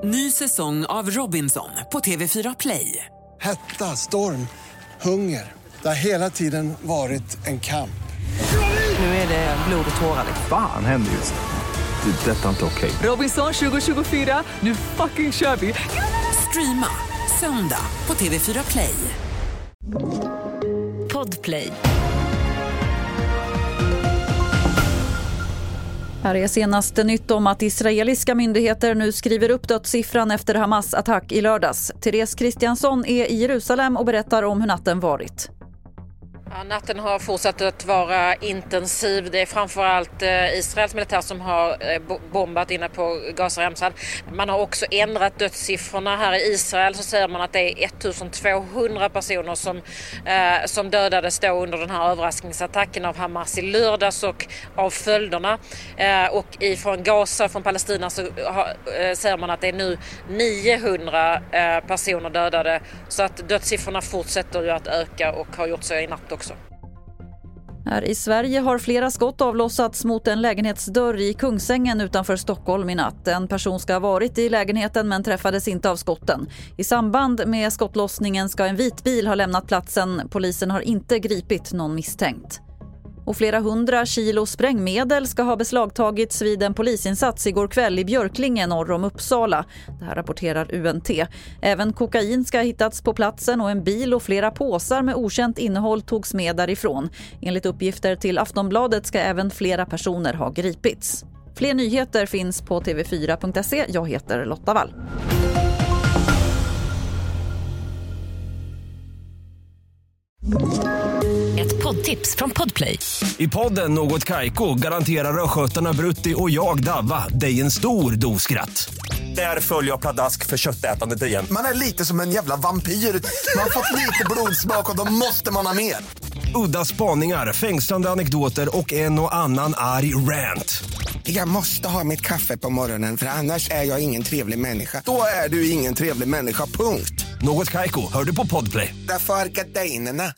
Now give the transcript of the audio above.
Ny säsong av Robinson på TV4 Play. Hetta, storm, hunger. Det har hela tiden varit en kamp. Nu är det blod och tårar. Fan händer just nu. Det. Detta är inte okej. Robinson 2024, nu fucking kör vi. Streama söndag på TV4 Play. Podplay. Här är senaste nytt om att israeliska myndigheter nu skriver upp dödssiffran efter Hamas attack i lördags. Therese Kristiansson är i Jerusalem och berättar om hur natten varit. Ja, natten har fortsatt att vara intensiv. Det är framförallt Israels militär som har bombat inne på Gaza-remsan. Man har också ändrat dödssiffrorna. Här i Israel så säger man att det är 1200 personer som dödades då under den här överraskningsattacken av Hamas i lördags och av följderna. Och ifrån Gaza, från Palestina, så säger man att det är nu 900 personer dödade. Så att dödssiffrorna fortsätter ju att öka och har gjort så i natt också. Här i Sverige har flera skott avlossats mot en lägenhetsdörr i Kungsängen utanför Stockholm i natt. En person ska ha varit i lägenheten men träffades inte av skotten. I samband med skottlossningen ska en vit bil ha lämnat platsen. Polisen har inte gripit någon misstänkt. Och flera 100 kilo sprängmedel ska ha beslagtagits vid en polisinsats igår kväll i Björklinge norr om Uppsala. Det här rapporterar UNT. Även kokain ska ha hittats på platsen och en bil och flera påsar med okänt innehåll togs med därifrån. Enligt uppgifter till Aftonbladet ska även flera personer ha gripits. Fler nyheter finns på tv4.se. Jag heter Lotta Wall. Ett poddtips från Podplay. I podden Något Kaiko garanterar röskötarna Brutti och jag Davva dig en stor doskratt. Där följer jag pladask för köttätandet igen. Man är lite som en jävla vampyr. Man har fått lite blodsmak och då måste man ha mer. Udda spaningar, fängslande anekdoter och en och annan arg rant. Jag måste ha mitt kaffe på morgonen för annars är jag ingen trevlig människa. Då är du ingen trevlig människa, punkt. Något Kaiko, hör du på Podplay. Därför är gardinerna.